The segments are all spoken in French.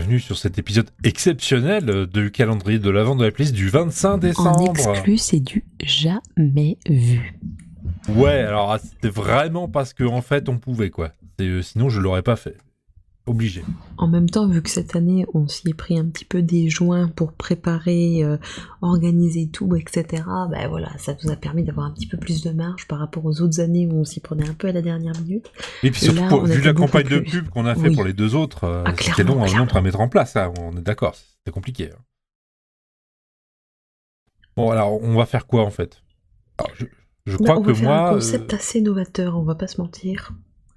bienvenue sur cet épisode exceptionnel du calendrier de l'Avent de la playlist du 25 décembre. En exclu, c'est du jamais vu. Ouais, alors c'était vraiment parce qu'en fait on pouvait quoi. Sinon je l'aurais pas fait. Obligé. En même temps, vu que cette année on s'y est pris un petit peu des joints pour préparer, organiser tout, etc. Ben voilà, ça nous a permis d'avoir un petit peu plus de marge par rapport aux autres années où on s'y prenait un peu à la dernière minute. Et puis surtout, là, vu la campagne de pub qu'on a fait pour les deux autres, c'était long à mettre en place, hein, on est d'accord, c'était compliqué. Hein. Bon alors, on va faire quoi en fait? Alors, je crois que moi... On va faire un concept assez novateur, on va pas se mentir.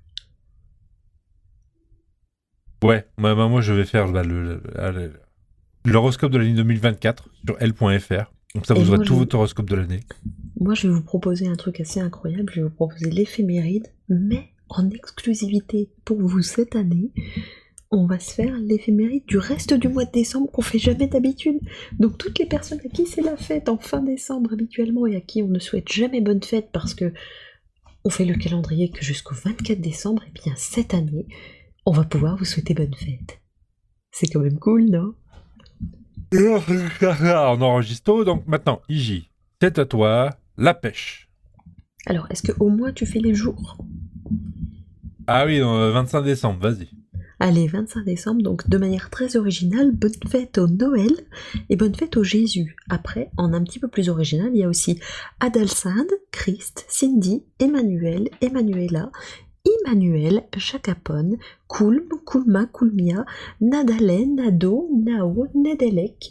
Ouais, moi je vais faire l'horoscope de l'année 2024 sur L.fr. Donc ça vous aurez tout votre horoscope de l'année. Moi je vais vous proposer un truc assez incroyable, je vais vous proposer l'éphéméride, mais en exclusivité pour vous cette année. On va se faire l'éphéméride du reste du mois de décembre qu'on fait jamais d'habitude. Donc toutes les personnes à qui c'est la fête en fin décembre habituellement et à qui on ne souhaite jamais bonne fête parce que on fait le calendrier que jusqu'au 24 décembre, et bien cette année, on va pouvoir vous souhaiter bonne fête. C'est quand même cool, non? On enregistre, donc maintenant, Iji, c'est à toi, la pêche. Alors, est-ce qu'au moins tu fais les jours? Ah oui, 25 décembre, vas-y. Allez, 25 décembre, donc de manière très originale, bonne fête au Noël et bonne fête au Jésus. Après, en un petit peu plus original, il y a aussi Adalsinde, Christ, Cindy, Emmanuel, Emmanuela, Emmanuel, Jacapone, Kulm, Kulma, Kulmia, Nadalen, Nado, Nao, Nedelek,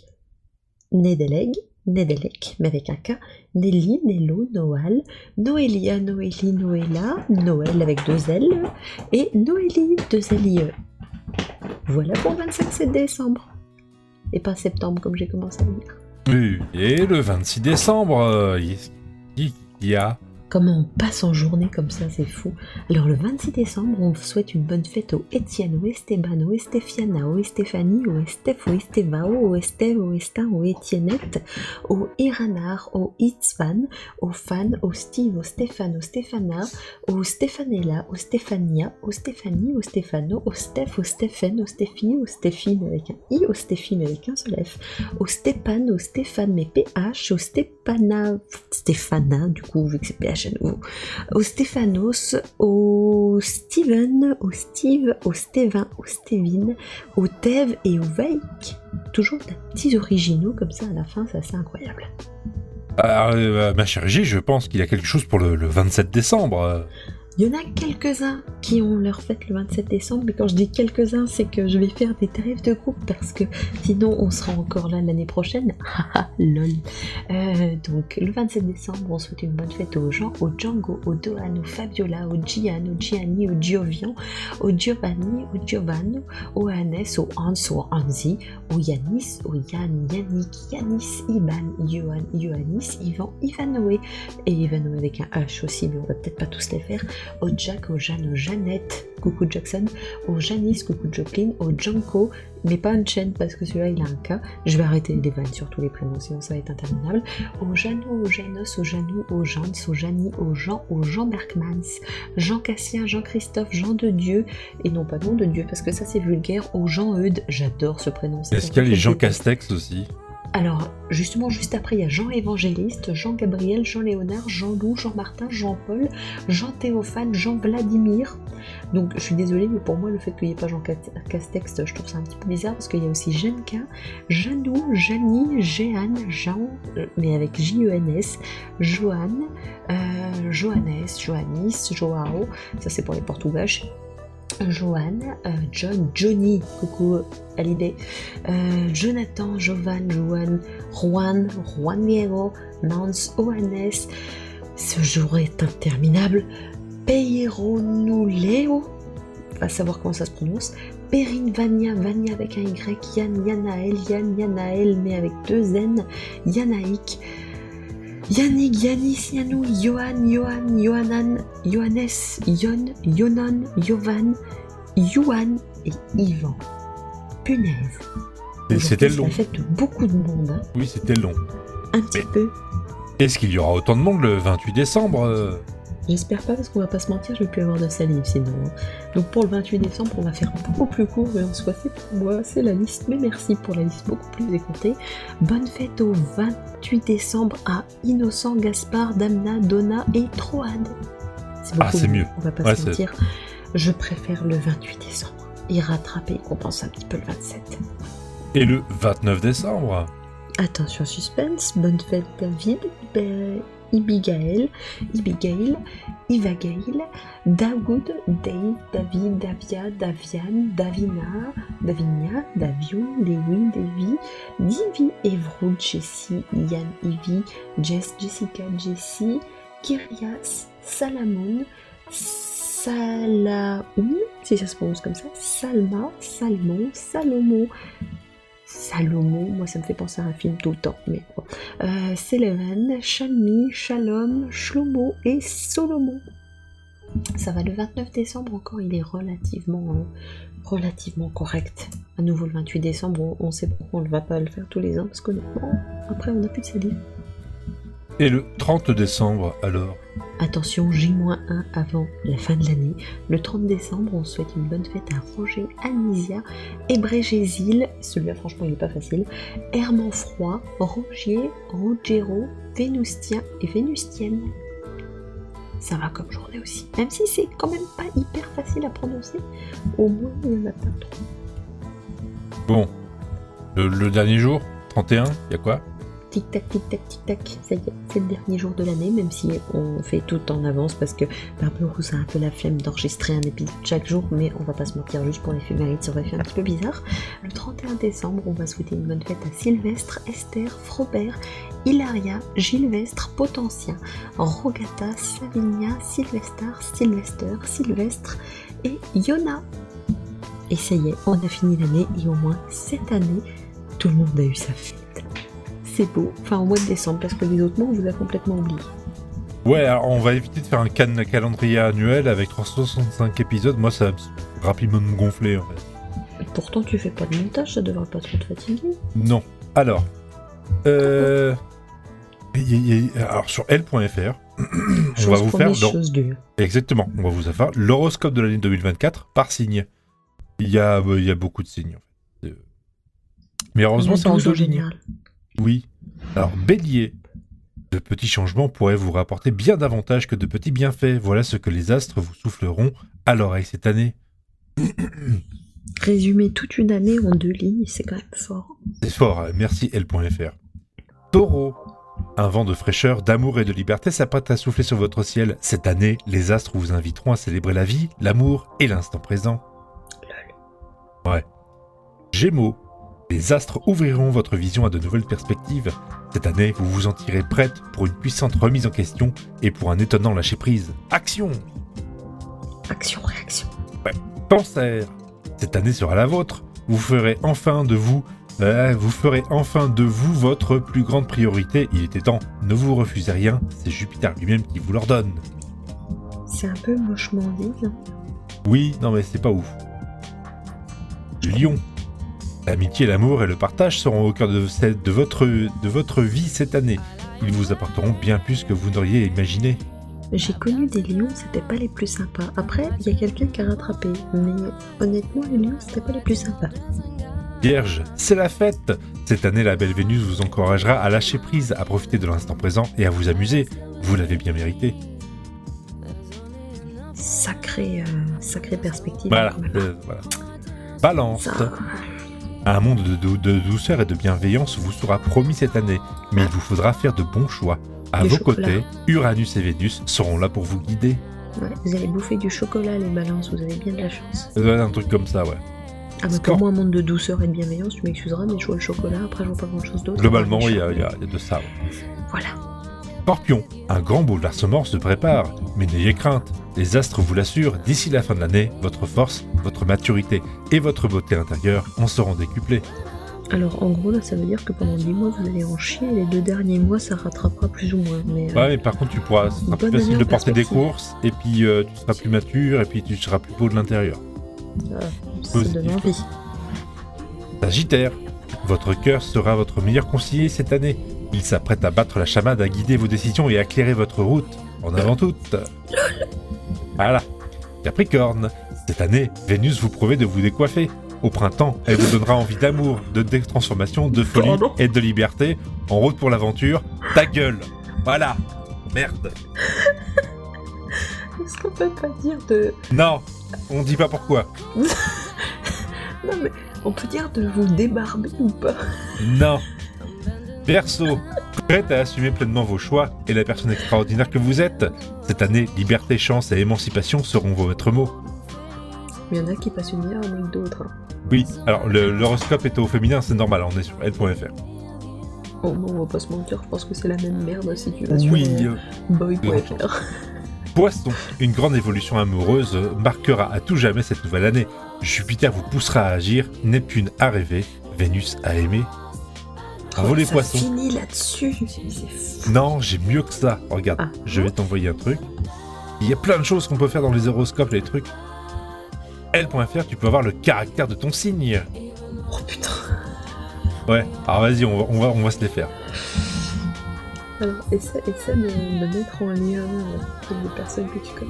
mais avec un K, Nelly, Nello, Noal, Noélia, Noélie, Noëlla, Noël avec deux L, et Noélie, deux L-I-E. Voilà pour le 25 décembre. Et pas septembre comme j'ai commencé à dire. Oui, et le 26 décembre, il y a... Comment on passe en journée comme ça, c'est fou. Alors le 26 décembre, on souhaite une bonne fête au Étienne, au Esteban, au Estefiana, au Stéphanie, au Estef, au Estevao, au Esteve, au Estin, au Étiennette, au Iranar, au Itzvan, au Fan, au Steve, au Stéphane, au Stéphana, au Stéphanella, au Stéphania, au Stéphanie, au Stéphano, au Steph, au Stéphane, au Stéphie, au Stéphine avec un I, au Stéphine avec un seul F, au Stéphane, au Stéphane mais PH, au Stéphana, du coup vu que c'est PH, au Stéphanos, au Steven, au Steve, au Stévin, au Stévine, au Tev et au Veik. Toujours des petits originaux comme ça à la fin, c'est assez incroyable. Ma chère G, je pense qu'il y a quelque chose pour le 27 décembre. Il y en a quelques-uns qui ont leur fête le 27 décembre, mais quand je dis quelques-uns, c'est que je vais faire des tarifs de groupe parce que sinon on sera encore là l'année prochaine. Haha, lol. Donc le 27 décembre, on souhaite une bonne fête aux Jean, au Django, au Dohan, au Fabiola, au Gian, au Gianni, au Giovian, au Giovanni, au Giovanno, au Hannes, au Hans, au Hansi, au Yanis, au Yann, Yannick, Yanis, Iban, Johan, Ioannis, Ivan, Ivanoé, et Ivanoé avec un H aussi, mais on va peut-être pas tous les faire. Au Jack, au Jeanne, au Jeannette, coucou Jackson, au Janice, coucou Joplin, au Janko, mais pas un chaîne parce que celui-là il a un K. Je vais arrêter les vannes sur tous les prénoms, sinon ça va être interminable. Au Jeannot, au Janos, au Janou, au Jans, au Jani, au Jean Berkmans, Jean Cassien, Jean-Christophe, Jean de Dieu, et non pas nom de Dieu parce que ça c'est vulgaire, au Jean-Eudes, j'adore ce prénom. Est-ce qu'il y a les Jean Castex aussi? Alors, justement, juste après, il y a Jean-Évangéliste, Jean-Gabriel, Jean-Léonard, Jean-Loup, Jean-Martin, Jean-Paul, Jean-Théophane, Jean-Vladimir. Donc, je suis désolée, mais pour moi, le fait qu'il n'y ait pas Jean Castex, je trouve ça un petit peu bizarre, parce qu'il y a aussi Jenka, Janou, Janie, Jeanne, Jean, mais avec J-E-N-S, Joanne, Johannes, Joannis, Joao, ça c'est pour les portugages. Johan, John, Johnny, coucou Hallyday, Jonathan, Jovan, Juan, Juan Diego, Nance, Oanes, ce jour est interminable, Peyronuleo, à savoir comment ça se prononce, Perrine, Vania avec un Y, Yann, Yanaël, mais avec deux N, Yanaïk, Yannick, Yanis, Yanou, Johan, Johanan, Johannes, Yon, Yonan, Yovan, Yuan et Yvan. Punaise. C'était long. Ça fait beaucoup de monde. Hein. Oui, c'était long. Un petit peu. Est-ce qu'il y aura autant de monde le 28 décembre J'espère pas parce qu'on va pas se mentir, je vais plus avoir de salive sinon. Donc pour le 28 décembre, on va faire beaucoup plus court et en soi c'est pour moi, c'est la liste. Mais merci pour la liste beaucoup plus écoutée. Bonne fête au 28 décembre à Innocent, Gaspard, Damna, Donna et Troad. C'est mieux. On va pas se mentir. Je préfère le 28 décembre. Et rattraper, compense un petit peu le 27. Et le 29 décembre. Attention suspense, bonne fête David, Ibigail, Ivagail, Daoud, Dave, David, Davia, Davian, Davina, Davinia, Davion, Dewi, Devi, Divi, Evrod, Jessie, Yann, Ivy, Jess, Jessica, Jessie, Kyrias, Salamon, Salaoun, si ça se prononce comme ça, Salma, Salmon, Salomon, moi ça me fait penser à un film tout le temps, mais bon. Seleven, Shalmi, Shalom, Shlomo et Solomon. Ça va, le 29 décembre encore, il est relativement correct. À nouveau le 28 décembre, on sait pourquoi on ne va pas le faire tous les ans, parce qu'honnêtement, après on n'a plus de salive. Et le 30 décembre alors? Attention, J-1 avant la fin de l'année. Le 30 décembre, on souhaite une bonne fête à Roger, Anisia, Hébrégésil, celui-là franchement il n'est pas facile, Herman Froid, Rogier, Rogero, Vénustien et Vénustienne. Ça va comme journée aussi. Même si c'est quand même pas hyper facile à prononcer, au moins il n'y en a pas trop. Bon, le dernier jour, 31, il y a quoi? Tic-tac, tic-tac, tic-tac, ça y est, c'est le dernier jour de l'année, même si on fait tout en avance parce que Barberousse a un peu la flemme d'enregistrer un épisode chaque jour, mais on va pas se mentir, juste pour l'éphéméride, ça aurait fait un petit peu bizarre. Le 31 décembre, on va souhaiter une bonne fête à Sylvestre, Esther, Frobert, Hilaria, Gilvestre, Potentien, Rogata, Savinia, Sylvestre et Yona. Et ça y est, on a fini l'année et au moins cette année, tout le monde a eu sa fête. C'est beau, enfin au mois de décembre, parce que les autres mois on vous a complètement oublié. Ouais, alors on va éviter de faire un calendrier annuel avec 365 épisodes, moi ça va rapidement me gonfler en fait. Pourtant tu fais pas de montage, ça devrait pas trop te fatiguer. Non, alors, alors sur L.fr, on va vous faire... Exactement, on va vous faire l'horoscope de l'année 2024 par signe. Il y a beaucoup de signes en fait. Mais heureusement c'est en 2 lignes. Oui. Alors, Bélier, de petits changements pourraient vous rapporter bien davantage que de petits bienfaits. Voilà ce que les astres vous souffleront à l'oreille cette année. Résumer toute une année en 2 lignes, c'est quand même fort. C'est fort, merci L.fr. Taureau, un vent de fraîcheur, d'amour et de liberté s'apprête à souffler sur votre ciel. Cette année, les astres vous inviteront à célébrer la vie, l'amour et l'instant présent. Lol. Ouais. Gémeaux, les astres ouvriront votre vision à de nouvelles perspectives. Cette année, vous vous en tirez prête pour une puissante remise en question et pour un étonnant lâcher-prise. Action! Action-réaction. Ouais. Cancer, cette année sera la vôtre. Vous ferez enfin de vous votre plus grande priorité. Il était temps. Ne vous refusez rien, c'est Jupiter lui-même qui vous l'ordonne. C'est un peu mochement dit, non? Oui, non mais c'est pas ouf. Lion. L'amitié, l'amour et le partage seront au cœur de votre vie cette année. Ils vous apporteront bien plus que vous n'auriez imaginé. J'ai connu des lions, c'était pas les plus sympas. Après, il y a quelqu'un qui a rattrapé. Mais honnêtement, les lions, c'était pas les plus sympas. Vierge, c'est la fête. Cette année, la belle Vénus vous encouragera à lâcher prise, à profiter de l'instant présent et à vous amuser. Vous l'avez bien mérité. Sacrée perspective. Voilà. Balance. Ça... Un monde de douceur et de bienveillance vous sera promis cette année, mais il vous faudra faire de bons choix. À vos côtés, Uranus et Vénus seront là pour vous guider. Ouais, vous allez bouffer du chocolat, les balances, vous avez bien de la chance. Ça doit être un truc comme ça, ouais. Ah bah pour moi, un monde de douceur et de bienveillance, tu m'excuseras, mais je vois le chocolat, après je vois pas grand chose d'autre. Globalement, il y a de ça. Ouais. Voilà. Scorpion, un grand bouleversement se prépare, mais n'ayez crainte. Les astres vous l'assurent, d'ici la fin de l'année, votre force, votre maturité et votre beauté intérieure en seront décuplées. Alors en gros là ça veut dire que pendant 10 mois vous allez en chier, et les 2 derniers mois ça rattrapera plus ou moins. Mais, ouais mais par contre tu pourras, ce sera plus facile de porter des courses, et puis tu seras plus mature, et puis tu seras plus beau de l'intérieur. Ça donne envie. Sagittaire, votre cœur sera votre meilleur conseiller cette année. Il s'apprête à battre la chamade, à guider vos décisions et à éclairer votre route. en avant toutes. Voilà. Capricorne, cette année, Vénus vous promet de vous décoiffer. Au printemps, elle vous donnera envie d'amour, de transformation, de folie et de liberté. En route pour l'aventure, ta gueule. Voilà. Merde. Est-ce qu'on peut pas dire de... Non, on dit pas pourquoi. Non mais, on peut dire de vous débarber ou pas? Non. Verseau, prête à assumer pleinement vos choix et la personne extraordinaire que vous êtes. Cette année, liberté, chance et émancipation seront vos maîtres mots. Il y en a qui passent une meilleure année que d'autres. Hein. Oui, alors l'horoscope est au féminin, c'est normal, on est sur l.fr. Oh non, on va pas se mentir, je pense que c'est la même merde si tu vas sur Oui, boy.fr. Poisson, une grande évolution amoureuse marquera à tout jamais cette nouvelle année. Jupiter vous poussera à agir, Neptune à rêver, Vénus à aimer. Bravo les poissons. Ça finit là-dessus, c'est fou. Non, j'ai mieux que ça. Regarde, je vais t'envoyer un truc. Il y a plein de choses qu'on peut faire dans les horoscopes, les trucs. L.fr, tu peux avoir le caractère de ton signe. Oh putain. Ouais, alors vas-y, on va se les faire. Alors, essaie de mettre en lien les personnes que tu connais.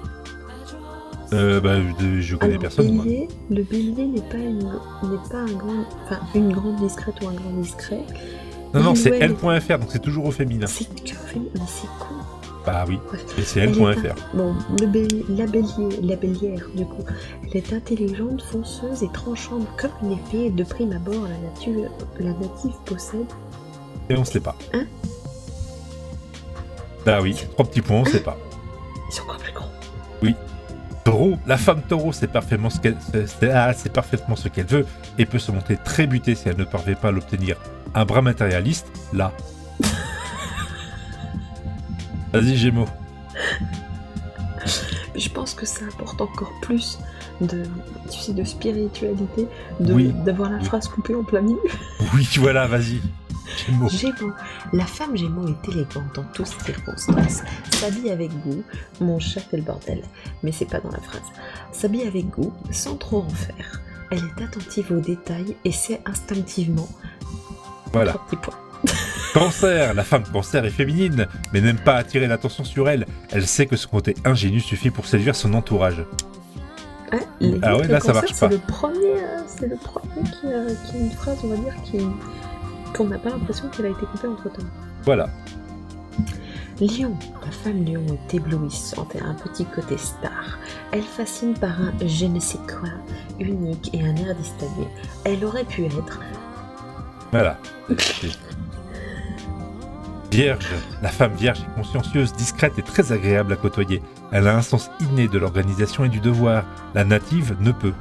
Je connais personne. Le bélier n'est pas une grande discrète ou un grand discret. Non, c'est L.fr, donc c'est toujours au féminin. C'est que féminin, mais c'est con. Bah oui, et c'est L.fr. Bon, la bélière, du coup, elle est intelligente, fonceuse et tranchante comme une épée. De prime abord, la native possède... Et on sait pas. Hein? Bah oui, 3 petits points, on sait pas. Ils sont encore plus gros. Oui. Taureau, la femme taureau sait parfaitement ce qu'elle veut et peut se montrer très butée si elle ne parvient pas à l'obtenir. Un bras matérialiste, là. Vas-y, Gémeaux. Je pense que ça apporte encore plus de spiritualité, d'avoir la phrase coupée en plein milieu. Oui, voilà, vas-y. Gémeaux. La femme Gémeaux est élégante dans toutes circonstances. S'habille avec goût. Mon chat fait le bordel, mais c'est pas dans la phrase. S'habille avec goût, sans trop en faire. Elle est attentive aux détails et sait instinctivement. Voilà. 3 petits points. Cancer, la femme cancer est féminine, mais n'aime pas attirer l'attention sur elle. Elle sait que son côté ingénu suffit pour séduire son entourage. Ah ouais, là ça marche pas. C'est le premier qui a une phrase, on va dire, qu'on n'a pas l'impression qu'elle a été coupée entre temps. Voilà. Lion, la femme lion est éblouissante et a un petit côté star. Elle fascine par un je ne sais quoi, unique et un air distingué. Elle aurait pu être... Voilà. Vierge, la femme vierge est consciencieuse, discrète et très agréable à côtoyer. Elle a un sens inné de l'organisation et du devoir. La native ne peut.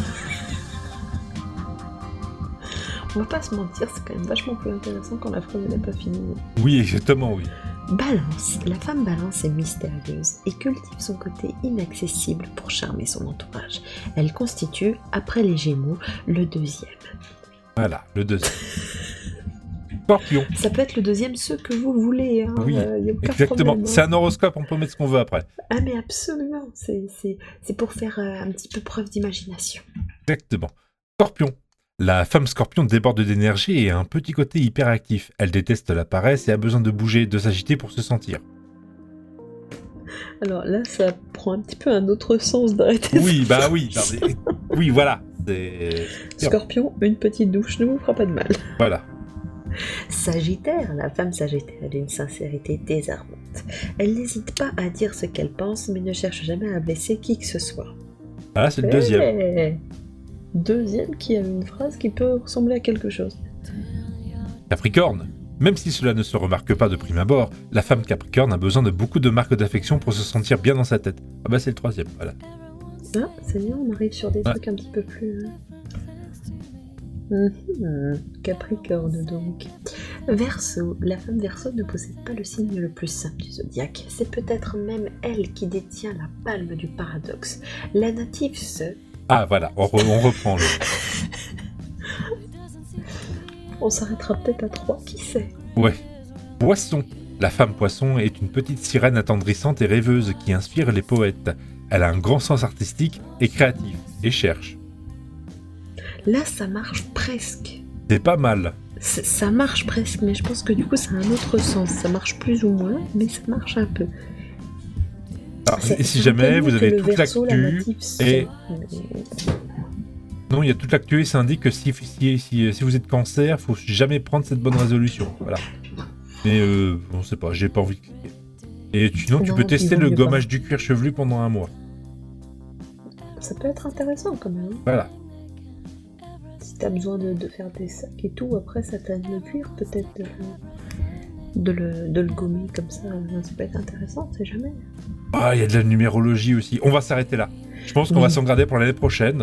On va pas se mentir, c'est quand même vachement plus intéressant quand la phrase n'est pas finie. Oui, exactement, oui. Balance, la femme balance est mystérieuse et cultive son côté inaccessible pour charmer son entourage. Elle constitue, après les Gémeaux, le deuxième. Voilà, le deuxième. Scorpion. Ça peut être le deuxième, ce que vous voulez. Hein. Oui, exactement. Problème, hein. C'est un horoscope, on peut mettre ce qu'on veut après. Ah mais absolument, c'est pour faire un petit peu preuve d'imagination. Exactement. Scorpion. La femme scorpion déborde d'énergie et a un petit côté hyperactif. Elle déteste la paresse et a besoin de bouger, de s'agiter pour se sentir. Alors là, ça prend un petit peu un autre sens d'arrêter. Oui, bah oui. Oui, voilà. Scorpion, une petite douche ne vous fera pas de mal. Voilà. Sagittaire, la femme sagittaire a d'une sincérité désarmante. Elle n'hésite pas à dire ce qu'elle pense, mais ne cherche jamais à blesser qui que ce soit. Ah, c'est le deuxième. Deuxième qui a une phrase qui peut ressembler à quelque chose. Capricorne. Même si cela ne se remarque pas de prime abord, la femme Capricorne a besoin de beaucoup de marques d'affection pour se sentir bien dans sa tête. Ah bah c'est le troisième, voilà. Ah, c'est bien, on arrive sur des trucs un petit peu plus... Capricorne donc. Verseau, la femme Verseau ne possède pas le signe le plus simple du zodiaque. C'est peut-être même elle qui détient la palme du paradoxe. La native se... Ah voilà, on reprend le... On s'arrêtera peut-être à 3, qui sait. Ouais. Poisson. La femme poisson est une petite sirène attendrissante et rêveuse qui inspire les poètes. Elle a un grand sens artistique et créatif, et cherche. Là, ça marche presque. C'est pas mal. Ça marche presque, mais je pense que du coup, ça a un autre sens. Ça marche plus ou moins, mais ça marche un peu. Et si jamais vous avez toute l'actu et... Non, il y a toute l'actu et ça indique que si vous êtes cancer, faut jamais prendre cette bonne résolution. Voilà. Mais on sait pas, j'ai pas envie de cliquer. Et sinon, tu peux tester le gommage du cuir chevelu pendant 1 mois. Ça peut être intéressant quand même. Voilà. Si t'as besoin de faire des sacs et tout, après ça t'aide le cuir, peut-être de le gommer comme ça peut être intéressant, c'est jamais. Ah, il y a de la numérologie aussi. On va s'arrêter là. Je pense qu'on va s'en garder pour l'année prochaine.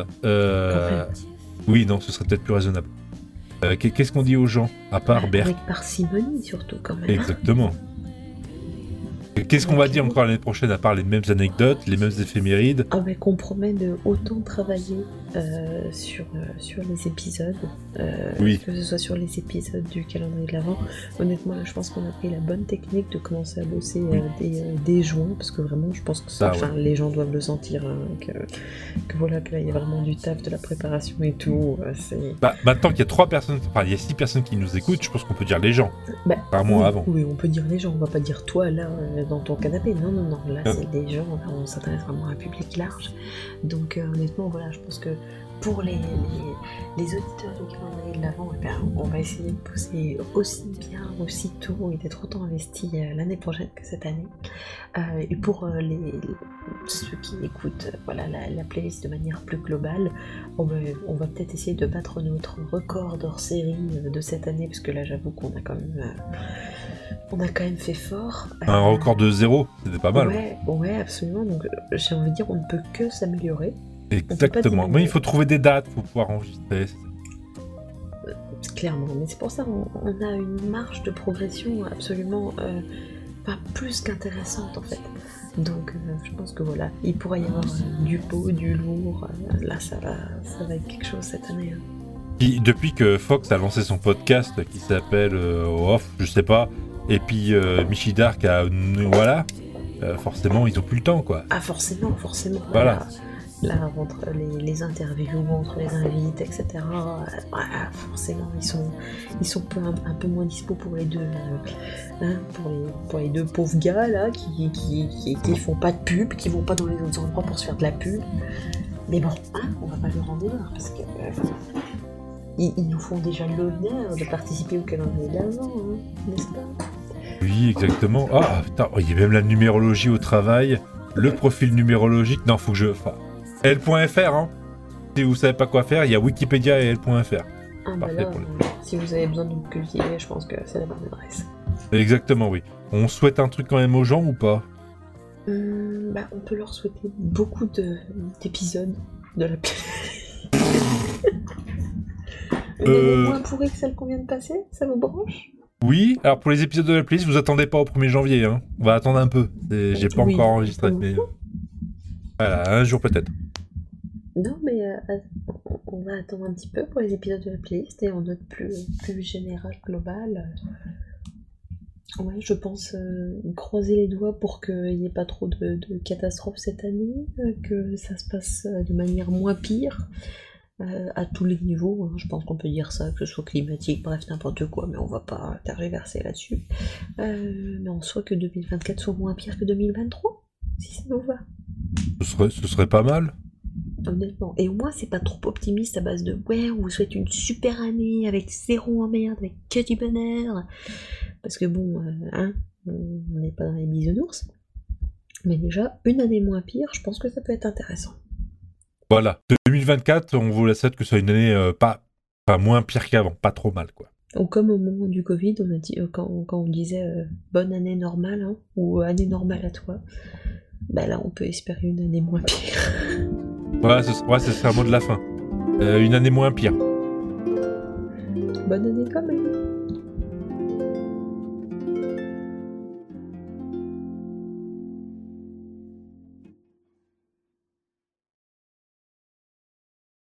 Oui, non, ce serait peut-être plus raisonnable. Qu'est-ce qu'on dit aux gens, à part Berk? Avec parcimonie surtout quand même. Exactement. Qu'est-ce qu'on va dire encore l'année prochaine, à part les mêmes anecdotes, les mêmes éphémérides? Qu'on promet de autant travailler sur les épisodes, oui. Que ce soit sur les épisodes du calendrier de l'Avent. Honnêtement, là, je pense qu'on a pris la bonne technique de commencer à bosser dès juin, parce que vraiment, je pense que les gens doivent le sentir, que voilà, que là, il y a vraiment du taf, de la préparation et tout. Maintenant qu'il y a 3 personnes, il y a 6 personnes qui nous écoutent, je pense qu'on peut dire les gens. Avant. Oui, on peut dire les gens, on va pas dire toi, là, dans ton canapé. Non, là, c'est des gens, on s'intéresse vraiment à un public large. Donc, honnêtement, voilà, je pense que pour les auditeurs du calendrier de l'Avent, on va essayer de pousser aussi bien, aussi tôt et d'être autant investis l'année prochaine que cette année. Et pour ceux qui écoutent la playlist de manière plus globale, on va peut-être essayer de battre notre record hors série de cette année, parce que là, j'avoue qu'on a quand même fait fort. Un record de 0, c'était pas mal. Ouais, absolument. Donc, j'ai envie de dire, on ne peut que s'améliorer. Exactement. Mais il faut trouver des dates pour pouvoir enregistrer. Clairement. Mais c'est pour ça qu'on a une marge de progression absolument pas plus qu'intéressante en fait. Donc, je pense que voilà, il pourrait y avoir du beau, du lourd. Là, ça va être quelque chose cette année. Depuis que Fox a lancé son podcast qui s'appelle Off, je sais pas, et puis Michi Dark a forcément ils ont plus le temps quoi. Ah forcément. Voilà. Là, entre les interviews, entre les invites, etc. Forcément, ils sont un peu moins dispo pour les deux, pour les deux pauvres gars là qui font pas de pub, qui vont pas dans les autres endroits pour se faire de la pub. Mais bon, on va pas leur en vouloir parce que ils nous font déjà l'honneur de participer au calendrier d'avant, n'est-ce pas? Oui, exactement. Ah putain, il y a même la numérologie au travail, le profil numérologique. Non, faut que je. L.fr, si vous savez pas quoi faire, il y a Wikipédia et L.fr. Parfait pour si vous avez besoin de vous cultiver, je pense que c'est la bonne adresse. Exactement, oui. On souhaite un truc quand même aux gens ou pas? On peut leur souhaiter beaucoup d'épisodes de la moins pourri que celle qu'on vient de passer, ça vous branche? Oui, alors pour les épisodes de la playlist, vous attendez pas au 1er janvier, On va attendre un peu. J'ai pas encore enregistré, mais... Voilà, un jour peut-être. Non, mais on va attendre un petit peu pour les épisodes de la playlist et en note plus générale, globale. Ouais, je pense croiser les doigts pour qu'il n'y ait pas trop de catastrophes cette année, que ça se passe de manière moins pire, à tous les niveaux. Je pense qu'on peut dire ça, que ce soit climatique, bref, n'importe quoi, mais on va pas tergiverser là-dessus. Mais en soit que 2024 soit moins pire que 2023, si ça nous va. Ce serait pas mal. Honnêtement. Et au moins, c'est pas trop optimiste à base de on vous souhaite une super année avec 0 emmerde, avec que du bonheur. Parce que bon, on n'est pas dans les bisounours. Mais déjà, une année moins pire, je pense que ça peut être intéressant. Voilà. 2024, on vous laisse que ce soit une année pas moins pire qu'avant, pas trop mal, quoi. Ou comme au moment du Covid, on a dit, quand on disait bonne année normale, ou année normale à toi. Là, on peut espérer une année moins pire. Ce serait un mot de la fin. Une année moins pire. Bonne année quand même.